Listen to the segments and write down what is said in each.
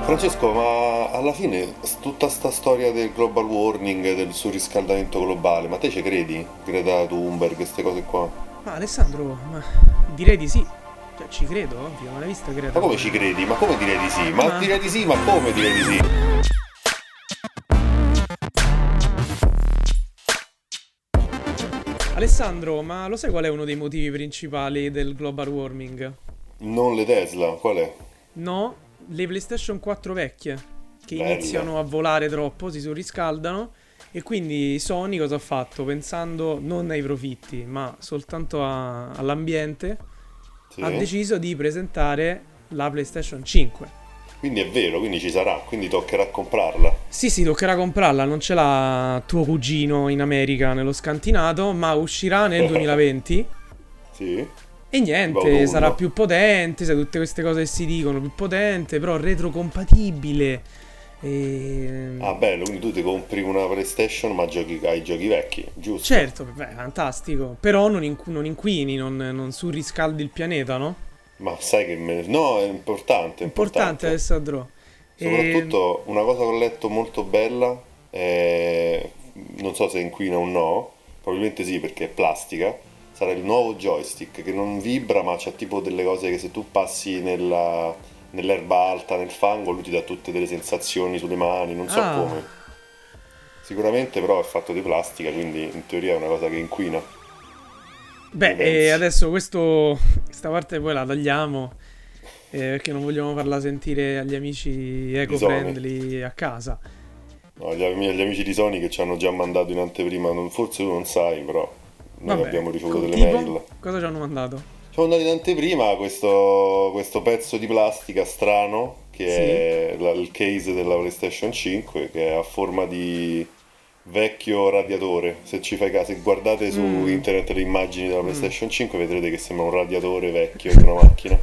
Francesco, ma alla fine tutta sta storia del global warming, del surriscaldamento globale, ma te ci credi? Greta Thunberg, queste cose qua? Ma Alessandro, ma direi di sì. Cioè, ci credo, ovvio, ma l'hai vista Ma Greta come ci come... credi? Ma come direi di sì? Ma Ma... direi di sì, ma come direi di sì? Alessandro, ma lo sai qual è uno dei motivi principali del global warming? Non le Tesla, qual è? No, le PlayStation 4 vecchie, che Belle. iniziano a volare troppo, si surriscaldano, e quindi Sony cosa ha fatto? Pensando non ai profitti, ma soltanto all'ambiente, ha Sì? deciso di presentare la PlayStation 5. Quindi è vero, quindi ci sarà, quindi toccherà comprarla. Sì, sì, toccherà comprarla, non ce l'ha tuo cugino in America nello scantinato, ma uscirà nel 2020 Sì? e Tipo niente, sarà autunno. più potente, sai, tutte queste cose che si dicono, più potente, però retrocompatibile. E... Ah, bello, quindi tu ti compri una PlayStation ma giochi ai giochi vecchi, giusto? Certo, beh, fantastico, però non inquini, non surriscaldi il pianeta, no? Ma sai che No, è importante, è Importante importante. Alessandro. E... Soprattutto una cosa che ho letto molto bella, non so se inquina o no, probabilmente sì perché è plastica, sarà il nuovo joystick che non vibra ma c'ha tipo delle cose che se tu passi nell'erba alta, nel fango, lui ti dà tutte delle sensazioni sulle mani, non so Ah, come. Sicuramente però è fatto di plastica, quindi in teoria è una cosa che inquina. Che ne beh, e pensi? adesso questa parte poi la tagliamo. Perché non vogliamo farla sentire agli amici Di Sony. eco-friendly a casa. No, gli amici di Sony che ci hanno già mandato in anteprima, forse tu non sai, però noi Vabbè, abbiamo ricevuto delle tipo, mail. cosa ci hanno mandato? Ci hanno mandato in anteprima questo pezzo di plastica strano, Sì? che è il case della PlayStation 5, che è a forma di vecchio radiatore. Se ci fai caso, se guardate su Mm, internet le immagini della mm. PlayStation 5, vedrete che sembra un radiatore vecchio di una macchina.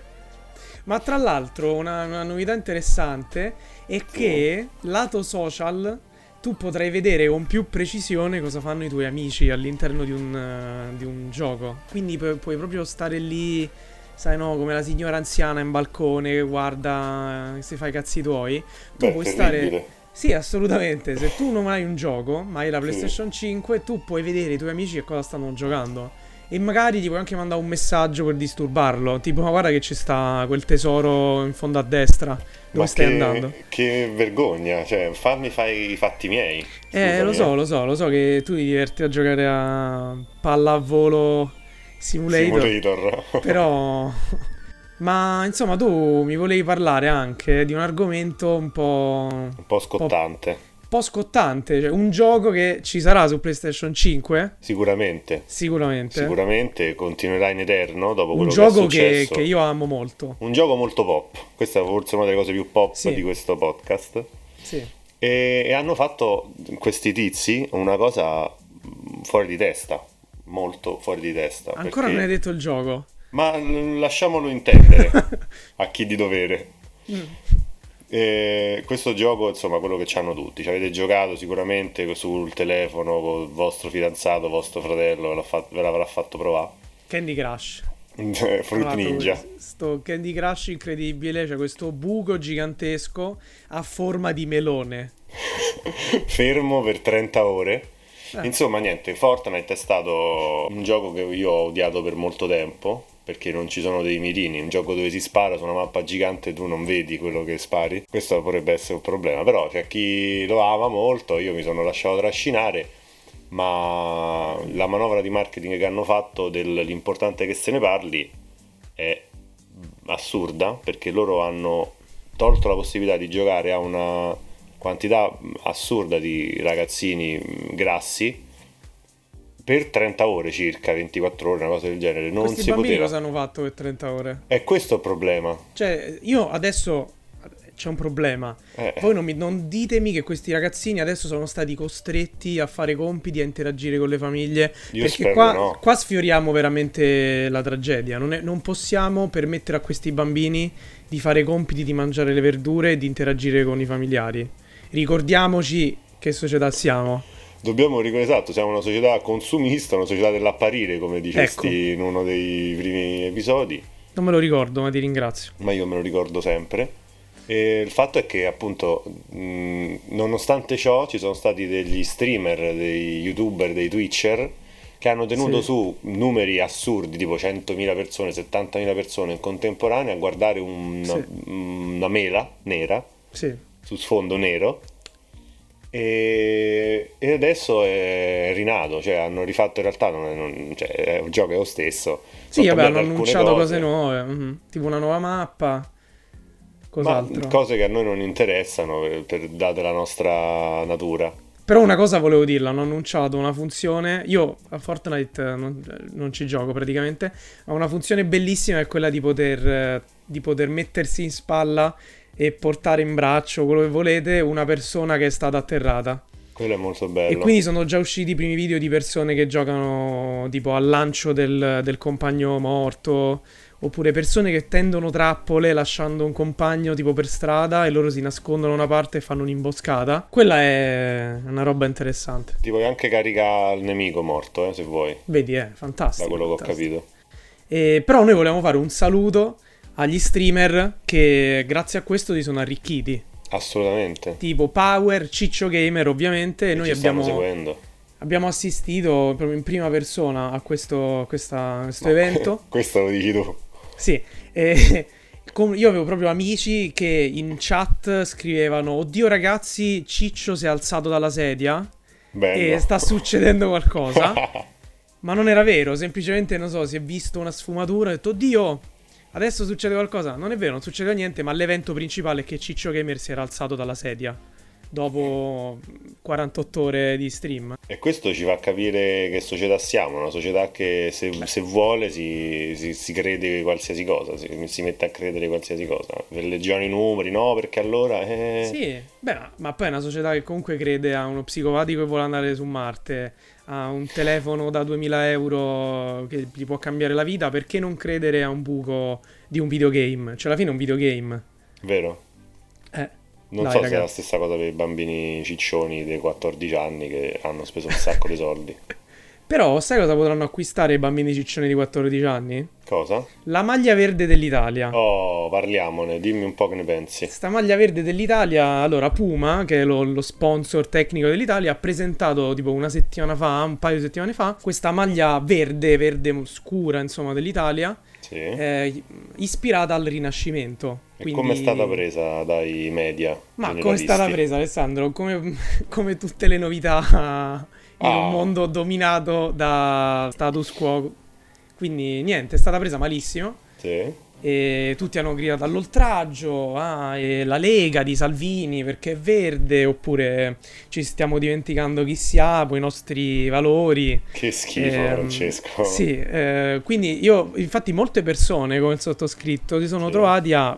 Ma tra l'altro una novità interessante è Sì. che lato social tu potrai vedere con più precisione cosa fanno i tuoi amici all'interno di un gioco. Quindi puoi proprio stare lì, sai no, come la signora anziana in balcone che guarda, si fa i cazzi tuoi. Tu Beh, puoi stare... terribile. Sì, assolutamente. Se tu non hai un gioco, ma hai la Sì. PlayStation 5, tu puoi vedere i tuoi amici che cosa stanno giocando. E magari ti puoi anche mandare un messaggio per disturbarlo. Tipo, ma guarda che ci sta quel tesoro in fondo a destra. Dove Ma stai andando? che vergogna, cioè fammi fare i fatti miei, Lo scusami, so, lo so, lo so che tu ti diverti a giocare a pallavolo simulator. Simulator. Però. Ma insomma, tu mi volevi parlare anche di un argomento Un po' un scottante. po' scottante. Cioè, un gioco che ci sarà su PlayStation 5? Sicuramente, Sicuramente. sicuramente continuerà in eterno dopo Un quello che è gioco che successo. io amo molto. Un gioco molto pop, questa è forse una delle cose più pop di Sì, questo podcast. sì. E hanno fatto questi tizi una cosa fuori di testa, molto fuori di testa, Ancora non hai perché... detto il gioco. Ma lasciamolo intendere a chi di dovere. Mm. E questo gioco, insomma, quello che c'hanno tutti. Ci avete giocato sicuramente sul telefono con il vostro fidanzato, vostro fratello, ve l'avrà fatto provare. Candy Crush. Ho Fruit trovato Ninja. sto Candy Crush incredibile. C'è questo buco gigantesco a forma di melone. Fermo per 30 ore. Eh, Insomma, niente, Fortnite è stato un gioco che io ho odiato per molto tempo. Perché non ci sono dei mirini, un gioco dove si spara su una mappa gigante e tu non vedi quello che spari. Questo potrebbe essere un problema, però c'è chi lo ama molto, io mi sono lasciato trascinare, ma la manovra di marketing che hanno fatto dell'importante che se ne parli è assurda, perché loro hanno tolto la possibilità di giocare a una quantità assurda di ragazzini grassi per 30 ore circa, 24 ore, una cosa del genere, non questi si bambini poteva. cosa hanno fatto per 30 ore? È questo il problema. Cioè, io adesso c'è un problema. Eh, Voi non ditemi che questi ragazzini adesso sono stati costretti a fare compiti, a interagire con le famiglie, io perché spero di no. qua sfioriamo veramente la tragedia. Non possiamo permettere a questi bambini di fare compiti, di mangiare le verdure e di interagire con i familiari. Ricordiamoci che società siamo. Dobbiamo ricordare, esatto, siamo una società consumista, una società dell'apparire, come Ecco, dicesti in uno dei primi episodi, non me lo ricordo, ma ti ringrazio. ma io me lo ricordo sempre. E il fatto è che appunto, nonostante ciò, ci sono stati degli streamer, dei youtuber, dei twitcher che hanno tenuto Sì, su numeri assurdi, tipo 100.000 persone, 70.000 persone in contemporanea a guardare sì, una mela nera sì. su sfondo nero. E adesso è rinato, cioè hanno rifatto in realtà, cioè, è un gioco è lo stesso, Sì, sono vabbè, hanno cambiate alcune annunciato cose cose, nuove, tipo una nuova mappa, ma cos'altro. cose che a noi non interessano data la nostra natura. Però una cosa volevo dirla, hanno annunciato una funzione, io a Fortnite non ci gioco praticamente, ma una funzione bellissima è quella di poter mettersi in spalla e portare in braccio, quello che volete, una persona che è stata atterrata. Quello è molto E bello. quindi sono già usciti i primi video di persone che giocano tipo al lancio del compagno morto, oppure persone che tendono trappole lasciando un compagno tipo per strada e loro si nascondono da una parte e fanno un'imboscata. Quella è una roba interessante. Ti puoi anche caricare il nemico morto, se vuoi, Vedi, è da fantastico, quello che ho fantastico. capito. Però noi volevamo fare un saluto agli streamer che grazie a questo si sono arricchiti. Assolutamente. Tipo Power, Ciccio Gamer ovviamente, e Che noi ci stanno seguendo. abbiamo assistito proprio in prima persona a questo No, evento. questo lo dici tu. Sì, io avevo proprio amici che in chat scrivevano: Oddio ragazzi, Ciccio si è alzato dalla sedia e Bello. sta succedendo qualcosa. Ma non era vero, semplicemente, non so, si è visto una sfumatura e ho detto: Oddio, adesso succede qualcosa. Non è vero, non succede niente, ma l'evento principale è che Ciccio Gamer si era alzato dalla sedia dopo 48 ore di stream. E questo ci fa capire che società siamo, una società che Beh, se vuole si crede qualsiasi cosa, si mette a credere qualsiasi cosa. Leggiano i numeri, no, perché allora... sì, beh, ma poi è una società che comunque crede a uno psicopatico che vuole andare su Marte, a un telefono da 2000 euro che gli può cambiare la vita, perché non credere a un buco di un videogame? Cioè, alla fine è un videogame. Vero? Eh, Non dai, so se è la ragazzi. stessa cosa per i bambini ciccioni dei 14 anni che hanno speso un sacco di soldi. Però, sai cosa potranno acquistare i bambini ciccioni di 14 anni? Cosa? La maglia verde dell'Italia. Oh, parliamone, dimmi un po' che ne pensi. Sta maglia verde dell'Italia, allora Puma, che è lo sponsor tecnico dell'Italia, ha presentato tipo una settimana fa, un paio di settimane fa, questa maglia verde, verde scura, insomma, dell'Italia, Sì. ispirata al Rinascimento. E come è stata Quindi... presa dai media Ma come è stata generalisti? presa, Alessandro? Come tutte le novità in un Ah, mondo dominato da status quo. Quindi niente, è stata presa malissimo. sì. E tutti hanno gridato all'oltraggio, e la Lega di Salvini perché è verde, oppure ci stiamo dimenticando chi siamo, i nostri valori. Che schifo, Francesco. Sì, quindi io, infatti molte persone come il sottoscritto si sono Sì. trovati a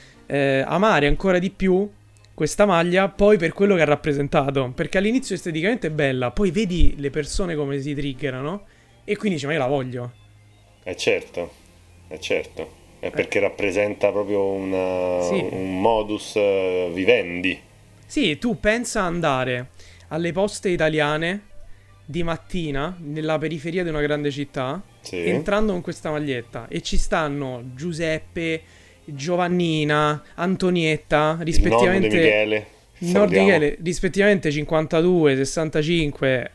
amare ancora di più questa maglia, poi per quello che ha rappresentato, perché all'inizio esteticamente è bella, poi vedi le persone come si triggerano e quindi dici ma io la voglio. È certo, è certo. È Eh, perché rappresenta proprio sì. un modus vivendi. Sì, tu pensa andare alle poste italiane di mattina nella periferia di una grande città, Sì. entrando con questa maglietta e ci stanno Giuseppe, Giovannina, Antonietta, Il nonno di rispettivamente Michele, salutiamo. Nordichele, rispettivamente 52, 65,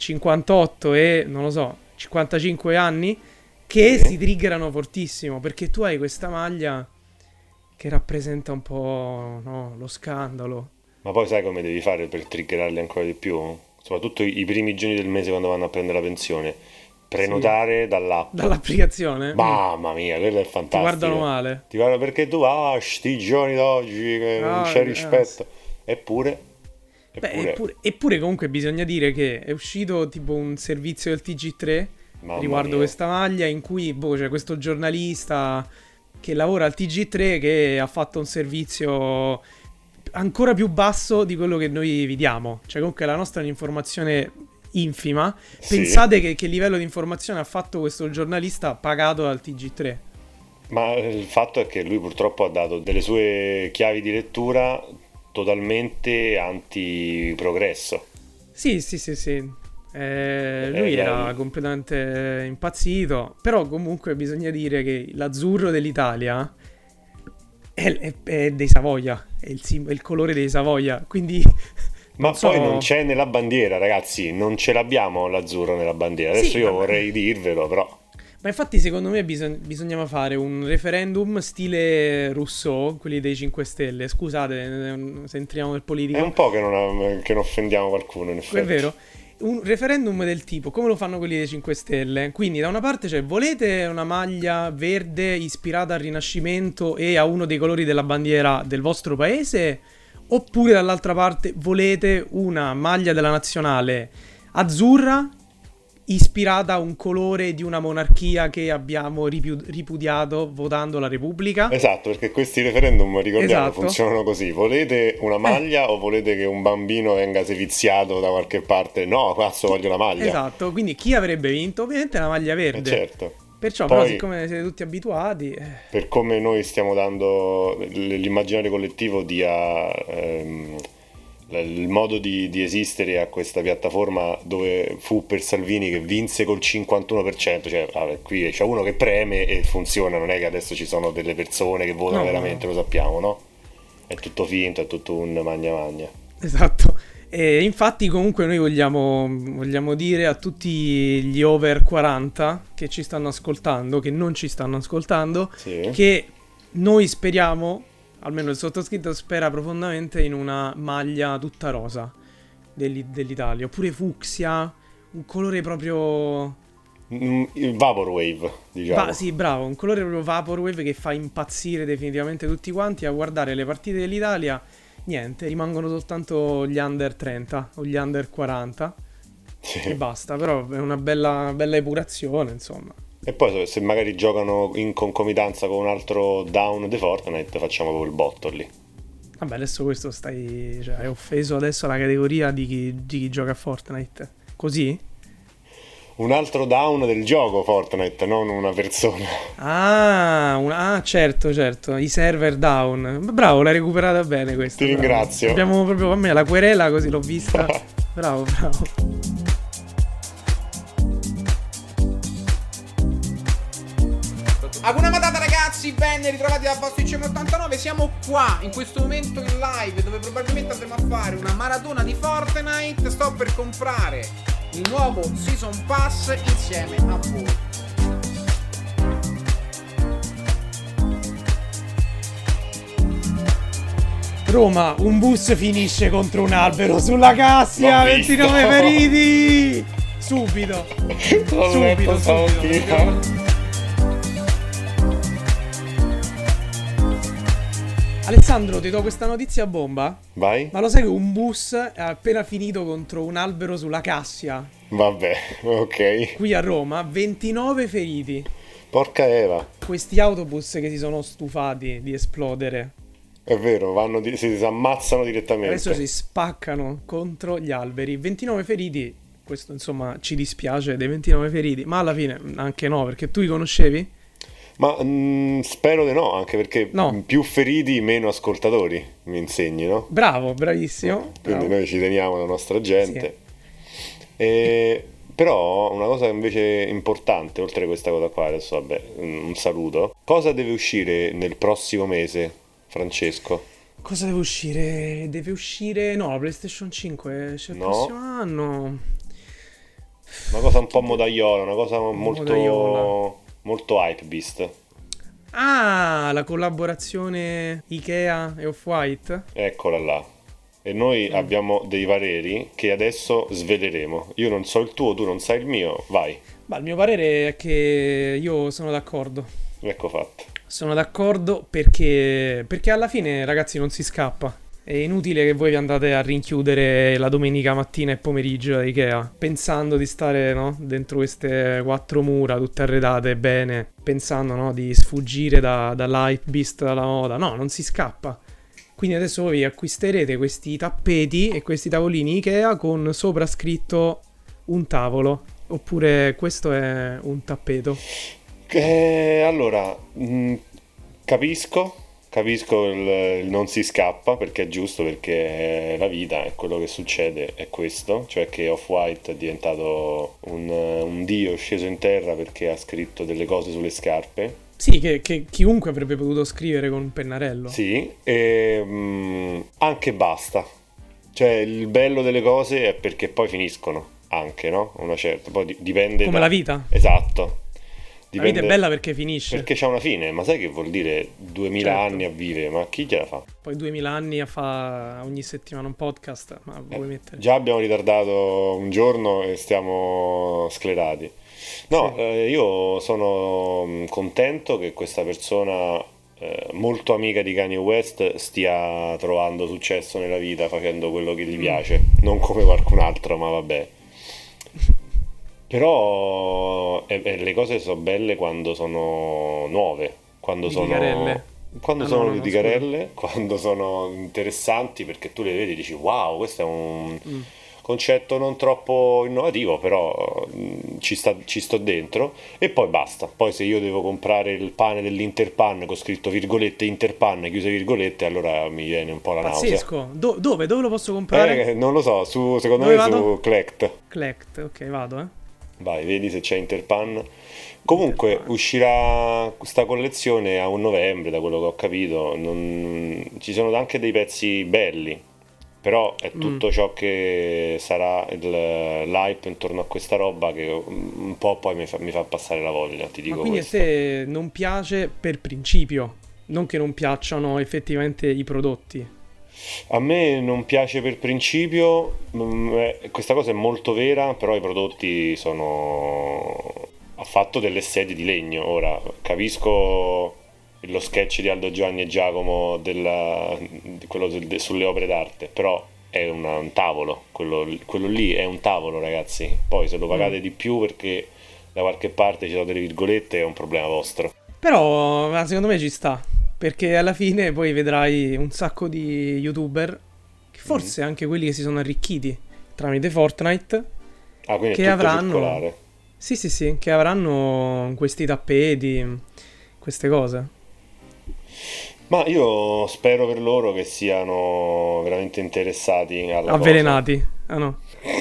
58 e non lo so, 55 anni che Sì. si triggerano fortissimo perché tu hai questa maglia che rappresenta un po', no, lo scandalo. Ma poi sai come devi fare per triggerarli ancora di più? Soprattutto i primi giorni del mese quando vanno a prendere la pensione. Sì, Prenotare dall'app. dall'applicazione Mamma mia, quello è ti guardano fantastico. male. Ti guarda perché tu, sti giorni d'oggi che non Ah, c'è sì. rispetto. Eppure, Beh, eppure, eppure comunque bisogna dire che è uscito tipo un servizio del TG3 mamma riguardo mia. questa maglia in cui boh, c'è questo giornalista che lavora al TG3 che ha fatto un servizio ancora più basso di quello che noi vi diamo. Cioè comunque la nostra è un'informazione infima. Sì, Pensate che livello di informazione ha fatto questo giornalista pagato dal TG3. ma il fatto è che lui purtroppo ha dato delle sue chiavi di lettura totalmente anti-progresso. Sì, sì, sì, sì. Lui Ed è era completamente impazzito. Però comunque bisogna dire che l'azzurro dell'Italia È dei Savoia, è il colore dei Savoia, quindi Ma non poi non so. c'è nella bandiera, ragazzi, non ce l'abbiamo l'azzurro nella bandiera. Adesso Sì, io vabbè. vorrei dirvelo, però. Ma infatti secondo me bisognava fare un referendum stile Rousseau, quelli dei 5 Stelle. Scusate se entriamo nel È politico. un po' che non offendiamo qualcuno, in È effetti. vero. Un referendum del tipo, come lo fanno quelli dei 5 Stelle? Quindi da una parte c'è, volete una maglia verde ispirata al Rinascimento e a uno dei colori della bandiera del vostro paese? Oppure dall'altra parte volete una maglia della nazionale azzurra ispirata a un colore di una monarchia che abbiamo ripudiato votando la Repubblica? Esatto, perché questi referendum, ricordiamo, Esatto. funzionano così. Volete una maglia o volete che un bambino venga seviziato da qualche parte? No, cazzo, voglio la maglia. Esatto, quindi chi avrebbe vinto? Ovviamente la maglia verde. Certo. Perciò, però, Poi, siccome siete tutti abituati, per come noi stiamo dando l'immaginario collettivo dia il modo di esistere a questa piattaforma dove fu per Salvini che vinse col 51%, cioè vabbè, qui c'è uno che preme e funziona, non è che adesso ci sono delle persone che votano no, veramente, lo sappiamo, no? È tutto finto, è tutto un magna magna. esatto. E infatti comunque noi vogliamo dire a tutti gli over 40 che ci stanno ascoltando, che non ci stanno ascoltando, Sì. che noi speriamo, almeno il sottoscritto spera profondamente in una maglia tutta rosa dell'Italia, oppure fucsia, un colore proprio. Il Vaporwave, diciamo. Sì, bravo, un colore proprio Vaporwave che fa impazzire definitivamente tutti quanti. A guardare le partite dell'Italia, niente, rimangono soltanto gli under 30 o gli under 40 e Sì. basta, però è una bella epurazione, insomma. E poi se magari giocano in concomitanza con un altro down di Fortnite, facciamo proprio il botto lì. Vabbè, adesso questo cioè, hai offeso adesso la categoria di chi gioca a Fortnite. Così? Un altro down del gioco Fortnite, non una persona. Certo, i server down. Bravo, l'hai recuperata bene questa. Ti bravo. ringrazio. Abbiamo proprio a me la querela, così l'ho vista. Bravo. Hakuna Matata ragazzi, ben ritrovati da Pasticcio 89. Siamo qua in questo momento in live dove probabilmente andremo a fare una maratona di Fortnite. Sto per comprare il nuovo Season Pass insieme a voi. Roma, un bus finisce contro un albero sulla Cassia, L'ho visto. 29 feriti. Subito. L'ho letto stamattina. Alessandro, ti do questa notizia bomba. Vai? Ma lo sai che un bus è appena finito contro un albero sulla Cassia, Vabbè, ok. qui a Roma, 29 feriti. Porca Eva. Questi autobus che si sono stufati di esplodere, È vero, si ammazzano direttamente. adesso si spaccano contro gli alberi. 29 feriti, questo insomma ci dispiace dei 29 feriti, ma alla fine anche no, perché tu li conoscevi? Ma spero di no, anche perché No. più feriti, meno ascoltatori, mi insegni, no? Bravo, bravissimo. Quindi bravo. noi ci teniamo alla nostra gente. Però una cosa invece importante, oltre a questa cosa qua, adesso vabbè, un saluto. Cosa deve uscire nel prossimo mese, Francesco? Cosa deve uscire? Deve uscire. No, la PlayStation 5 c'è il No. prossimo anno. Una cosa un po' modaiola, una cosa molto, Modaiola. molto hype beast. Ah, la collaborazione Ikea e Off-White? Eccola là. E noi abbiamo dei pareri che adesso sveleremo. Io non so il tuo, tu non sai il mio. Vai, Beh, il mio parere è che io sono d'accordo. ecco fatto. Sono d'accordo perché alla fine, ragazzi, non si scappa. È inutile che voi vi andate a rinchiudere la domenica mattina e pomeriggio a Ikea, pensando di stare, no, dentro queste quattro mura tutte arredate bene, pensando, no, di sfuggire dall'hypebeast, dalla moda. No, non si scappa. Quindi adesso voi acquisterete questi tappeti e questi tavolini Ikea con sopra scritto un tavolo, oppure questo è un tappeto. Allora, capisco, Capisco il non si scappa, perché è giusto, perché la vita è quello che succede, è questo, cioè che Off-White è diventato un dio sceso in terra perché ha scritto delle cose sulle scarpe. Sì, che chiunque avrebbe potuto scrivere con un pennarello. Sì, e anche basta. Cioè il bello delle cose è perché poi finiscono, anche, no? Una certa, poi dipende Come la vita. Esatto. La vita è bella perché finisce. Perché c'ha una fine, ma sai che vuol dire 2000 Certo. anni a vivere? Ma chi gliela fa? Poi 2000 anni a fa ogni settimana un podcast, ma vuoi mettere? Già abbiamo ritardato un giorno e stiamo sclerati. No, Sì. io sono contento che questa persona molto amica di Kanye West stia trovando successo nella vita facendo quello che gli piace, non come qualcun altro, ma vabbè. Però le cose sono belle quando sono nuove, quando Litigarelle. sono no, litigarelle, quando sono interessanti, perché tu le vedi e dici wow, questo è un concetto non troppo innovativo, però ci sto dentro, e poi basta. Poi se io devo comprare il pane dell'Interpan con scritto virgolette Interpan chiuse virgolette, allora mi viene un po' la nausea. Pazzesco. Dove lo posso comprare? Non lo so, secondo Dove me vado? su Clect. Collect, ok, vado, Vai, vedi se c'è Interpan. Comunque Interpan. uscirà questa collezione a un novembre, da quello che ho capito. Ci sono anche dei pezzi belli, però è tutto ciò che sarà l'hype intorno a questa roba che un po' poi mi fa passare la voglia, ti Ma dico quindi questo. a te non piace per principio, non che non piacciono effettivamente i prodotti. A me non piace per principio, questa cosa è molto vera, però i prodotti sono... Ha fatto delle sedie di legno. Ora, capisco lo sketch di Aldo Giovanni e Giacomo di quello sulle opere d'arte, però è un tavolo, quello lì è un tavolo, ragazzi. Poi se lo pagate di più perché da qualche parte ci sono delle virgolette è un problema vostro. Però ma secondo me ci sta, perché alla fine poi vedrai un sacco di YouTuber, che forse anche quelli che si sono arricchiti tramite Fortnite, Ah, quindi che è tutto avranno... circolare. Sì, che avranno questi tappeti, queste cose. Ma io spero per loro che siano veramente interessati alla cosa. Avvelenati. Ah no.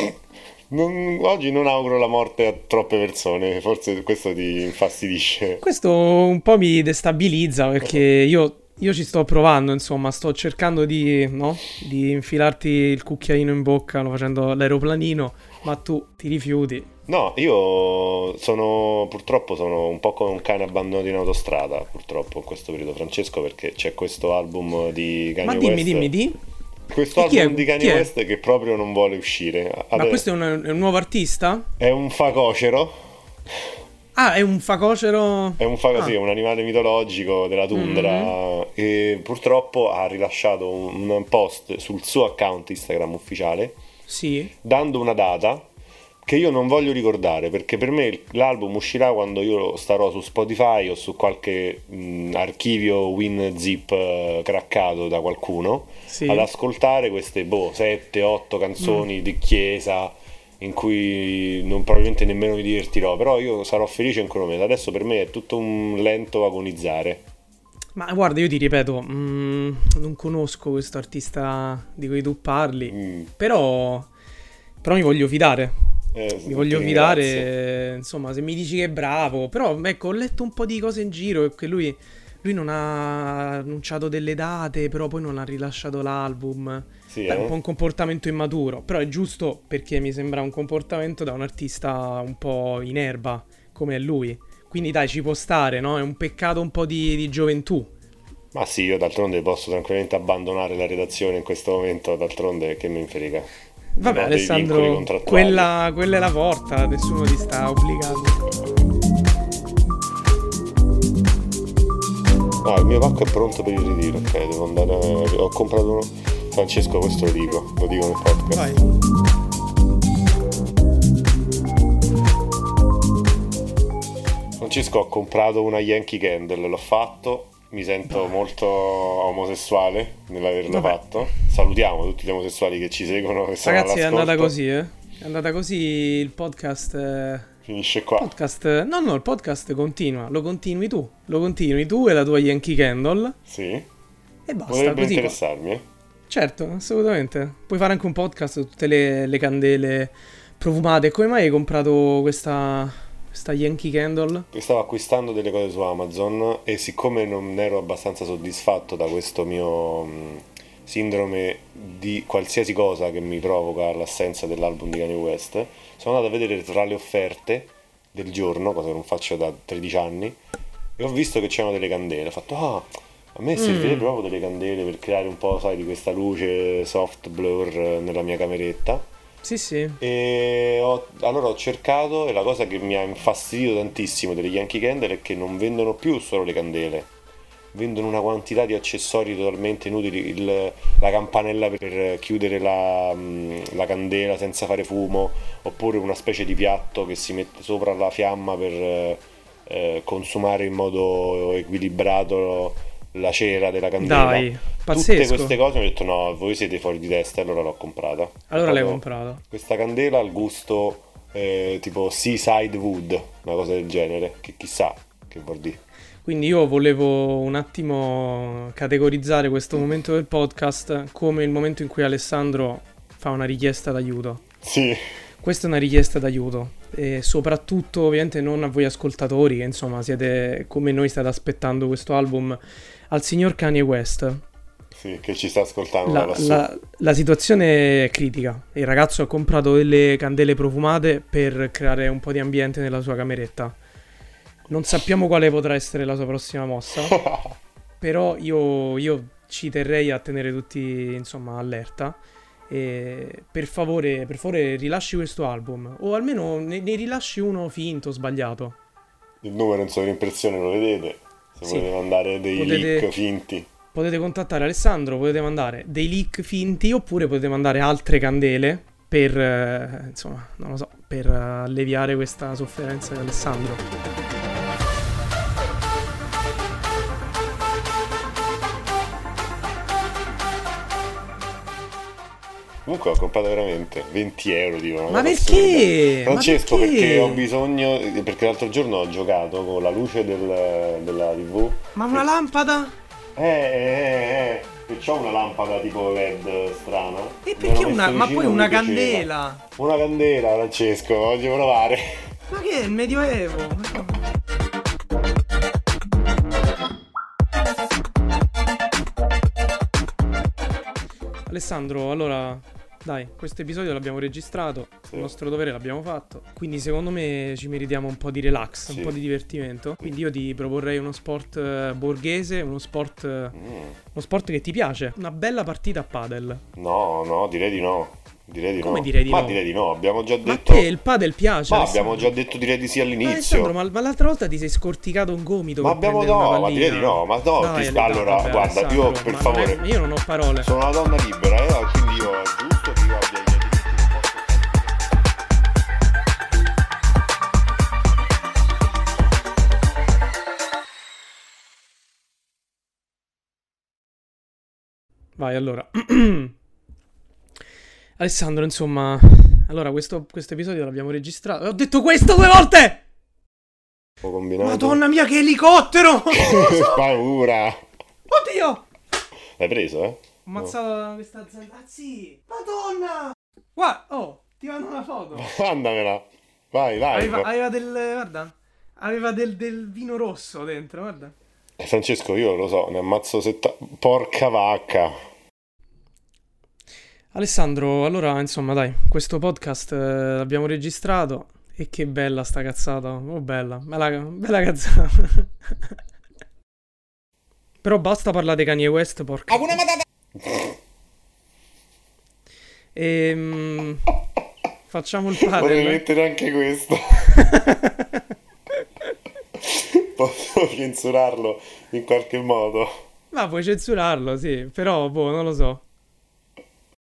Oggi non auguro la morte a troppe persone, forse questo ti infastidisce. Questo un po' mi destabilizza perché io ci sto provando, insomma, sto cercando di infilarti il cucchiaino in bocca facendo l'aeroplanino, ma tu ti rifiuti. No, io purtroppo sono un po' come un cane abbandonato in autostrada, purtroppo in questo periodo, Francesco, perché c'è questo album di Kanye Ma West. dimmi. Questo E chi album è? di Chi Kanye è? West che proprio non vuole uscire. Ma questo è un nuovo artista? È un facocero. Ah, è un facocero... È sì, è un animale mitologico della tundra e purtroppo ha rilasciato un post sul suo account Instagram ufficiale Sì. dando una data che io non voglio ricordare, perché per me l'album uscirà quando io starò su Spotify o su qualche archivio WinZip craccato da qualcuno Sì. ad ascoltare queste 7-8 canzoni di chiesa in cui probabilmente nemmeno mi divertirò, però io sarò felice in quel momento. Adesso per me è tutto un lento agonizzare. Ma guarda, io ti ripeto, non conosco questo artista di cui tu parli, però mi voglio fidare. Mi voglio ti fidare, insomma, se mi dici che è bravo. Però, ecco, ho letto un po' di cose in giro e che lui non ha annunciato delle date, però poi non ha rilasciato l'album. Sì, Beh, un po' un comportamento immaturo, però è giusto perché mi sembra un comportamento da un artista un po' in erba, come è lui. Quindi dai, ci può stare, no? È un peccato un po' di gioventù. Ma sì, io d'altronde posso tranquillamente abbandonare la redazione in questo momento, d'altronde che mi frega. Vabbè, Non ho dei vincoli Alessandro, contrattuali. quella è la porta, nessuno ti sta obbligando. No, il mio pacco è pronto per il ritiro, ok, devo andare. Ho comprato uno. Francesco, questo lo dico nel podcast. Vai. Francesco, ho comprato una Yankee Candle, l'ho fatto. Mi sento molto omosessuale nell'averlo Vabbè. fatto. Salutiamo tutti gli omosessuali che ci seguono, che sono Ragazzi, è andata all'ascolto. così, eh. È andata così il podcast. Finisce qua. No, il podcast continua. Lo continui tu e la tua Yankee Candle. Sì. E basta, Potrebbe così. interessarmi, Certo, assolutamente. Puoi fare anche un podcast su tutte le candele profumate. Come mai hai comprato questa Yankee Candle? Stavo acquistando delle cose su Amazon e siccome non ero abbastanza soddisfatto da questo mio sindrome di qualsiasi cosa che mi provoca l'assenza dell'album di Kanye West, sono andato a vedere tra le offerte del giorno, cosa che non faccio da 13 anni, e ho visto che c'erano delle candele. Ho fatto, a me servirebbe proprio delle candele per creare un po', sai, di questa luce soft blur nella mia cameretta. Sì, sì. E allora ho cercato, e la cosa che mi ha infastidito tantissimo delle Yankee Candle è che non vendono più solo le candele, vendono una quantità di accessori totalmente inutili, la campanella per chiudere la candela senza fare fumo, oppure una specie di piatto che si mette sopra la fiamma per consumare in modo equilibrato la cera della candela. Dai, Tutte pazzesco. queste cose mi ho detto no, voi siete fuori di testa, e allora l'ho comprata. Allora l'hai Proprio comprato. questa candela al gusto tipo Seaside Wood, una cosa del genere, che chissà che vuol dire. Quindi io volevo un attimo categorizzare questo momento del podcast come il momento in cui Alessandro fa una richiesta d'aiuto. Sì, Questa è una richiesta d'aiuto e soprattutto ovviamente non a voi ascoltatori che insomma siete come noi, state aspettando questo album, al signor Kanye West. sì, che ci sta ascoltando La, lassù. la situazione è critica. Il ragazzo ha comprato delle candele profumate per creare un po' di ambiente nella sua cameretta. Non sappiamo quale potrà essere la sua prossima mossa, però io ci terrei a tenere tutti insomma allerta. E per favore rilasci questo album, o almeno ne rilasci uno finto, sbagliato. Il numero in sovrimpressione lo vedete, se Sì. volete mandare dei Potete- leak finti. Potete contattare Alessandro, potete mandare dei leak finti oppure potete mandare altre candele per, insomma, non lo so, per alleviare questa sofferenza di Alessandro. Comunque ho comprato veramente 20 euro, dicono. Ma una cosa perché? assurda. Francesco, Ma perché? perché ho bisogno, perché l'altro giorno ho giocato con la luce della TV. Ma una lampada? Che c'ho una lampada tipo LED strana. E Mi perché ero una? messo Ma vicino, poi non una mi piaceva. candela? Una candela, Francesco, voglio provare. Ma che è il Medioevo? Alessandro, allora, dai, questo episodio l'abbiamo registrato, Sì. il nostro dovere l'abbiamo fatto, quindi secondo me ci meritiamo un po' di relax, Sì. un po' di divertimento. Quindi io ti proporrei uno sport borghese, uno sport che ti piace, una bella partita a padel. No, direi di no. Direi di Come no. direi di Ma no? direi di no, abbiamo già Ma a detto. te il padel piace? Ma Alessandro? abbiamo già detto direi di sì Ma all'inizio. Alessandro, ma l'altra volta ti sei scorticato un gomito Ma per abbiamo prendere una no, ma direi di pallina. no, ma no, Dai, allora, vabbè, guarda, io Alessandro, per ma favore, io non ho parole. sono una donna libera, quindi io è giusto che io abbia i miei diritti, non posso. Vai, allora. Alessandro, insomma, allora questo episodio l'abbiamo registrato. Ho detto questo 2 volte! Ho combinato. Madonna mia, che elicottero! Paura. Oddio! L'hai preso, Ho ammazzato questa zanzara. Ah, sì! Madonna! Guarda, oh, ti mando una foto. Mandamela. Vai, dai. Aveva del, guarda, aveva del vino rosso dentro, guarda. Francesco, io lo so, ne ammazzo porca vacca. Alessandro, allora, insomma, dai, questo podcast l'abbiamo registrato e che bella sta cazzata. Oh, bella cazzata. Però basta parlare di Kanye West, porca. Hakuna Matata. Facciamo il Vorrei padel. mettere anche questo. Posso censurarlo in qualche modo? Ma puoi censurarlo, sì, però, boh, non lo so.